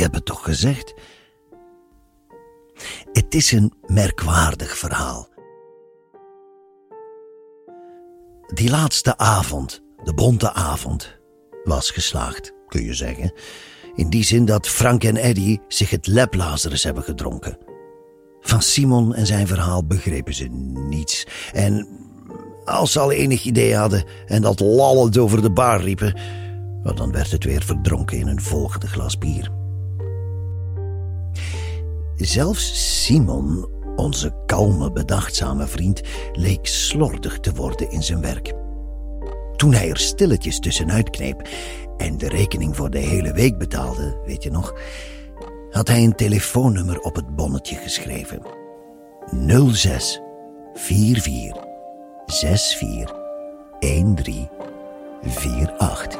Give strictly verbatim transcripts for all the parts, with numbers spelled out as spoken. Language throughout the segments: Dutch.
heb het toch gezegd? Het is een merkwaardig verhaal. Die laatste avond, de bonte avond, was geslaagd, kun je zeggen. In die zin dat Frank en Eddie zich het leplazerus hebben gedronken. Van Simon en zijn verhaal begrepen ze niets. En als ze al enig idee hadden en dat lallend over de bar riepen, dan werd het weer verdronken in een volgende glas bier. Zelfs Simon, onze kalme, bedachtzame vriend, leek slordig te worden in zijn werk. Toen hij er stilletjes tussenuit kneep en de rekening voor de hele week betaalde, weet je nog, had hij een telefoonnummer op het bonnetje geschreven. nul zes vier vier zes vier een drie vier acht.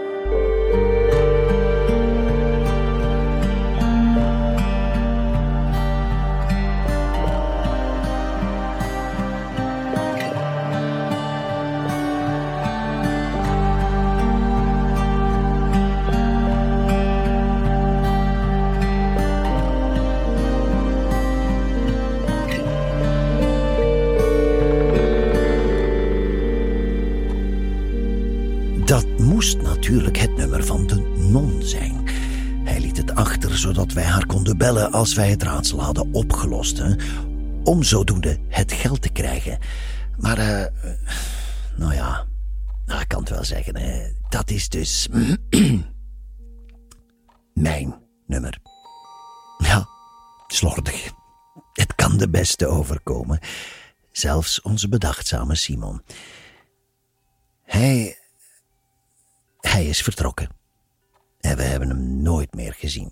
Dat moest natuurlijk het nummer van de non zijn. Hij liet het achter, zodat wij haar konden bellen als wij het raadsel hadden opgelost. Hè? Om zodoende het geld te krijgen. Maar, uh, nou ja, nou, ik kan het wel zeggen. Hè? Dat is dus mijn nummer. Ja, slordig. Het kan de beste overkomen. Zelfs onze bedachtzame Simon. Hij... Hij is vertrokken. En we hebben hem nooit meer gezien.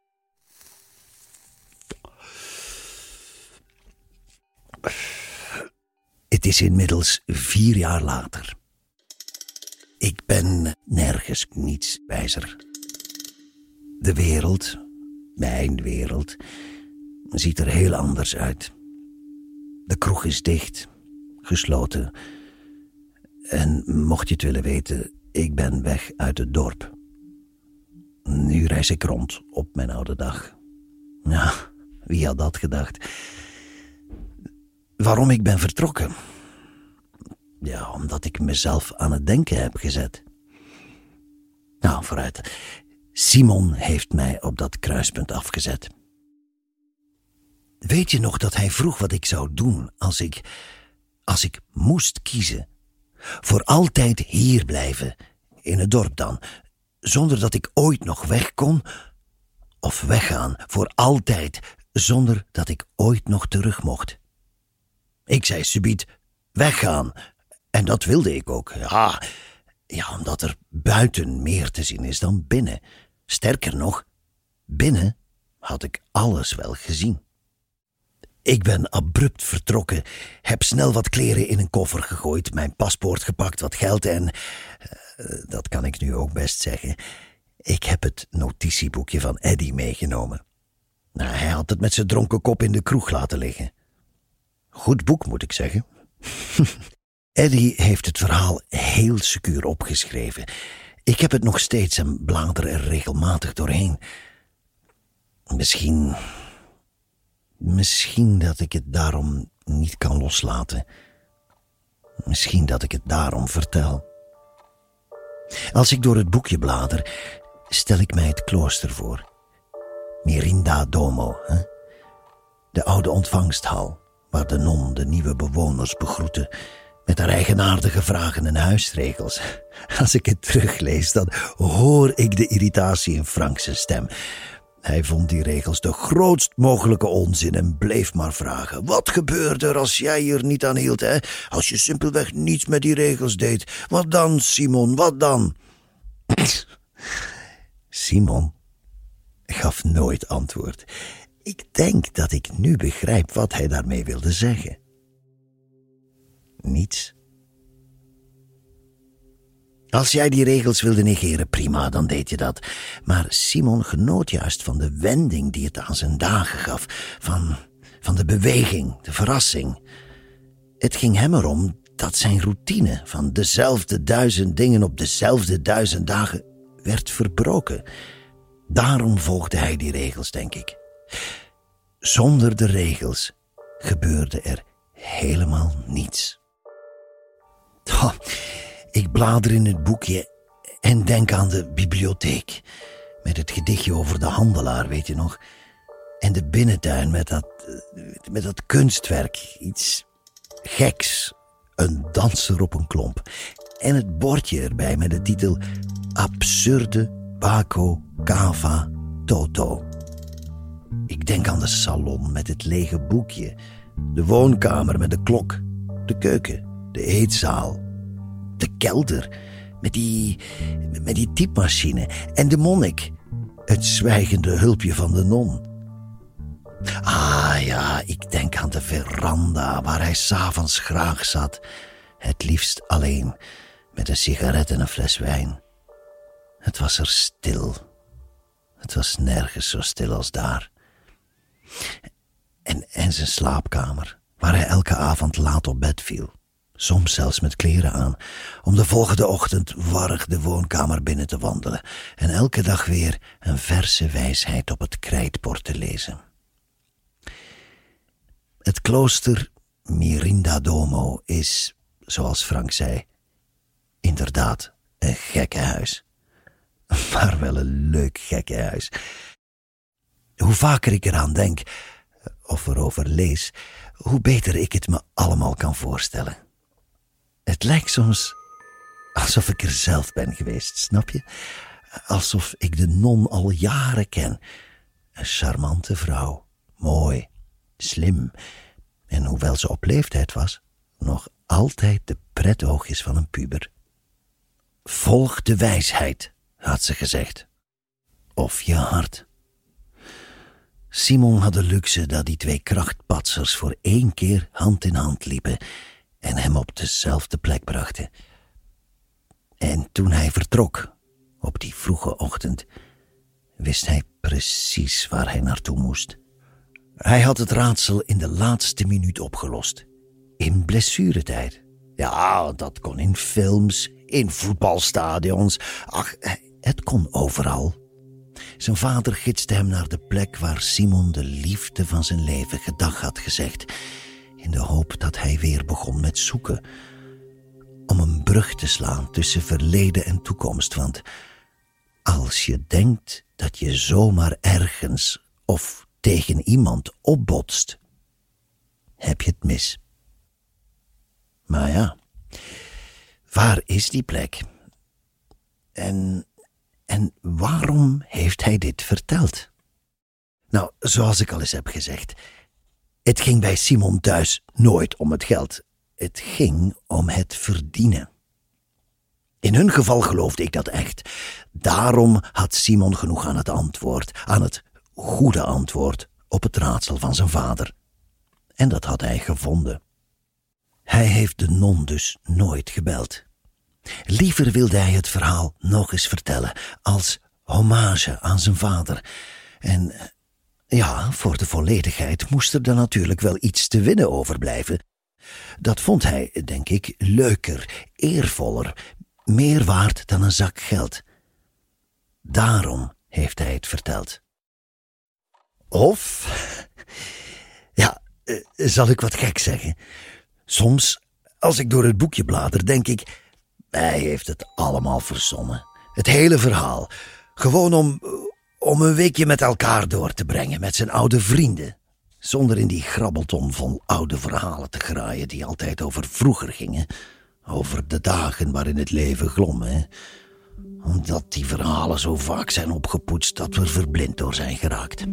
Het is inmiddels vier jaar later. Ik ben nergens niets wijzer. De wereld, mijn wereld, ziet er heel anders uit. De kroeg is dicht, gesloten. En mocht je het willen weten, ik ben weg uit het dorp. Nu reis ik rond op mijn oude dag. Ja, wie had dat gedacht? Waarom ik ben vertrokken? Ja, omdat ik mezelf aan het denken heb gezet. Nou, vooruit. Simon heeft mij op dat kruispunt afgezet. Weet je nog dat hij vroeg wat ik zou doen als ik... als ik moest kiezen? Voor altijd hier blijven, in het dorp dan, zonder dat ik ooit nog weg kon, of weggaan, voor altijd, zonder dat ik ooit nog terug mocht. Ik zei subiet, weggaan, en dat wilde ik ook, ja, ja, omdat er buiten meer te zien is dan binnen. Sterker nog, binnen had ik alles wel gezien. Ik ben abrupt vertrokken, heb snel wat kleren in een koffer gegooid, mijn paspoort gepakt, wat geld en, uh, dat kan ik nu ook best zeggen, ik heb het notitieboekje van Eddie meegenomen. Nou, hij had het met zijn dronken kop in de kroeg laten liggen. Goed boek, moet ik zeggen. Eddie heeft het verhaal heel secuur opgeschreven. Ik heb het nog steeds en blader er regelmatig doorheen. Misschien... Misschien dat ik het daarom niet kan loslaten. Misschien dat ik het daarom vertel. Als ik door het boekje blader, stel ik mij het klooster voor. Mirinda Domo, hè? De oude ontvangsthal, waar de non de nieuwe bewoners begroette, met haar eigenaardige vragen en huisregels. Als ik het teruglees, dan hoor ik de irritatie in Frank's stem. Hij vond die regels de grootst mogelijke onzin en bleef maar vragen. Wat gebeurde er als jij hier niet aan hield, hè? Als je simpelweg niets met die regels deed. Wat dan, Simon, wat dan? Simon gaf nooit antwoord. Ik denk dat ik nu begrijp wat hij daarmee wilde zeggen. Niets. Als jij die regels wilde negeren, prima, dan deed je dat. Maar Simon genoot juist van de wending die het aan zijn dagen gaf. Van, van de beweging, de verrassing. Het ging hem erom dat zijn routine van dezelfde duizend dingen op dezelfde duizend dagen werd verbroken. Daarom volgde hij die regels, denk ik. Zonder de regels gebeurde er helemaal niets. Oh, ik blader in het boekje en denk aan de bibliotheek. Met het gedichtje over de handelaar, weet je nog? En de binnentuin met dat, met dat kunstwerk. Iets geks. Een danser op een klomp. En het bordje erbij met de titel Absurde Baco Cava Toto. Ik denk aan de salon met het lege boekje. De woonkamer met de klok. De keuken. De eetzaal. De kelder. Met die, met die typemachine. En de monnik. Het zwijgende hulpje van de non. Ah ja, ik denk aan de veranda waar hij 's avonds graag zat. Het liefst alleen, met een sigaret en een fles wijn. Het was er stil. Het was nergens zo stil als daar. En, en zijn slaapkamer, waar hij elke avond laat op bed viel. Soms zelfs met kleren aan, om de volgende ochtend warrig de woonkamer binnen te wandelen en elke dag weer een verse wijsheid op het krijtbord te lezen. Het klooster Mirinda Domo is, zoals Frank zei, inderdaad een gekkenhuis. Maar wel een leuk gekkenhuis. Hoe vaker ik eraan denk, of erover lees, hoe beter ik het me allemaal kan voorstellen. Het lijkt soms alsof ik er zelf ben geweest, snap je? Alsof ik de non al jaren ken. Een charmante vrouw, mooi, slim. En hoewel ze op leeftijd was, nog altijd de pretoogjes van een puber. Volg de wijsheid, had ze gezegd. Of je hart. Simon had de luxe dat die twee krachtpatsers voor één keer hand in hand liepen en hem op dezelfde plek brachten. En toen hij vertrok, op die vroege ochtend, wist hij precies waar hij naartoe moest. Hij had het raadsel in de laatste minuut opgelost. In blessuretijd. Ja, dat kon in films, in voetbalstadions. Ach, het kon overal. Zijn vader gidste hem naar de plek waar Simon de liefde van zijn leven gedag had gezegd, in de hoop dat hij weer begon met zoeken. Om een brug te slaan tussen verleden en toekomst, want als je denkt dat je zomaar ergens of tegen iemand opbotst, heb je het mis. Maar ja, waar is die plek? En, en waarom heeft hij dit verteld? Nou, zoals ik al eens heb gezegd, het ging bij Simon thuis nooit om het geld. Het ging om het verdienen. In hun geval geloofde ik dat echt. Daarom had Simon genoeg aan het antwoord, aan het goede antwoord op het raadsel van zijn vader. En dat had hij gevonden. Hij heeft de non dus nooit gebeld. Liever wilde hij het verhaal nog eens vertellen, als hommage aan zijn vader. En ja, voor de volledigheid moest er dan natuurlijk wel iets te winnen overblijven. Dat vond hij, denk ik, leuker, eervoller, meer waard dan een zak geld. Daarom heeft hij het verteld. Of, ja, zal ik wat gek zeggen? Soms, als ik door het boekje blader, denk ik, hij heeft het allemaal verzonnen. Het hele verhaal. Gewoon om, om een weekje met elkaar door te brengen, met zijn oude vrienden. Zonder in die grabbelton vol oude verhalen te graaien die altijd over vroeger gingen. Over de dagen waarin het leven glom, hè. Omdat die verhalen zo vaak zijn opgepoetst dat we er verblind door zijn geraakt.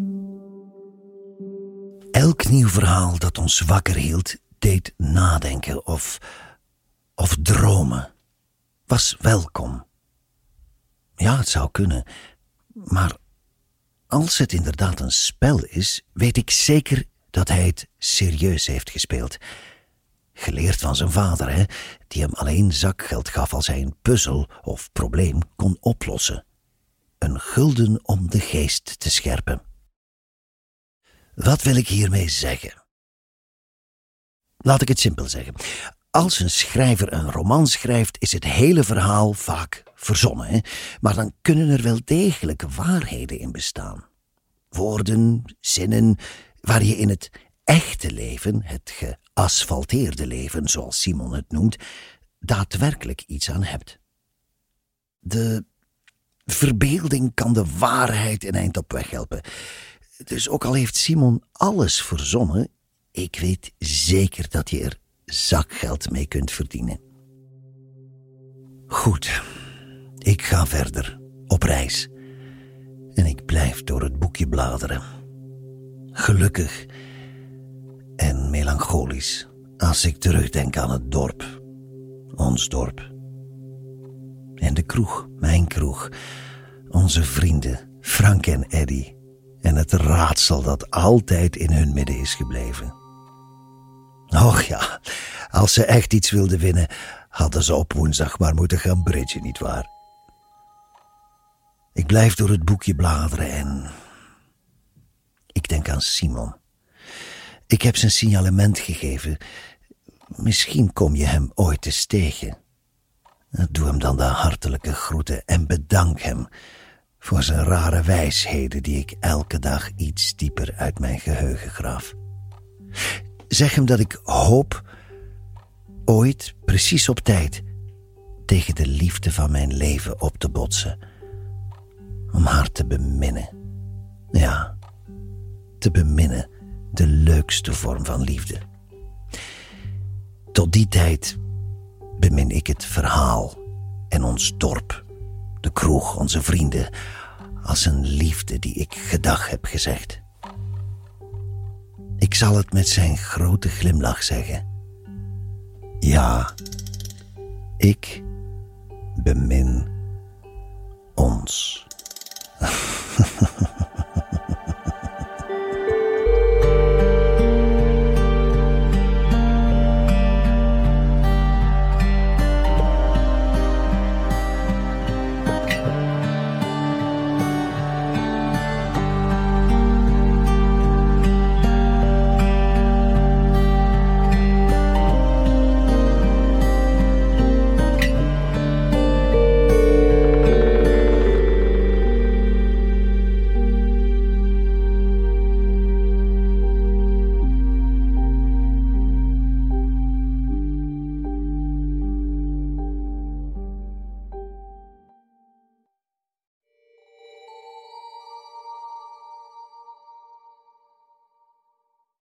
Elk nieuw verhaal dat ons wakker hield, deed nadenken of, of dromen. Was welkom. Ja, het zou kunnen. Maar als het inderdaad een spel is, weet ik zeker dat hij het serieus heeft gespeeld. Geleerd van zijn vader, hè, die hem alleen zakgeld gaf als hij een puzzel of probleem kon oplossen. Een gulden om de geest te scherpen. Wat wil ik hiermee zeggen? Laat ik het simpel zeggen. Als een schrijver een roman schrijft, is het hele verhaal vaak verzonnen, hè? Maar dan kunnen er wel degelijk waarheden in bestaan. Woorden, zinnen, waar je in het echte leven, het geasfalteerde leven, zoals Simon het noemt, daadwerkelijk iets aan hebt. De verbeelding kan de waarheid een eind op weg helpen. Dus ook al heeft Simon alles verzonnen, ik weet zeker dat je er zakgeld mee kunt verdienen. Goed, ik ga verder, op reis. En ik blijf door het boekje bladeren. Gelukkig en melancholisch als ik terugdenk aan het dorp. Ons dorp. En de kroeg, mijn kroeg. Onze vrienden, Frank en Eddy. En het raadsel dat altijd in hun midden is gebleven. Och ja, als ze echt iets wilden winnen, hadden ze op woensdag maar moeten gaan bridgen, nietwaar? Ik blijf door het boekje bladeren en ik denk aan Simon. Ik heb zijn signalement gegeven. Misschien kom je hem ooit eens tegen. Doe hem dan de hartelijke groeten en bedank hem voor zijn rare wijsheden die ik elke dag iets dieper uit mijn geheugen graaf. Zeg hem dat ik hoop ooit, precies op tijd, tegen de liefde van mijn leven op te botsen. Om haar te beminnen. Ja, te beminnen, de leukste vorm van liefde. Tot die tijd bemin ik het verhaal en ons dorp, de kroeg, onze vrienden, als een liefde die ik gedag heb gezegd. Ik zal het met zijn grote glimlach zeggen. Ja, ik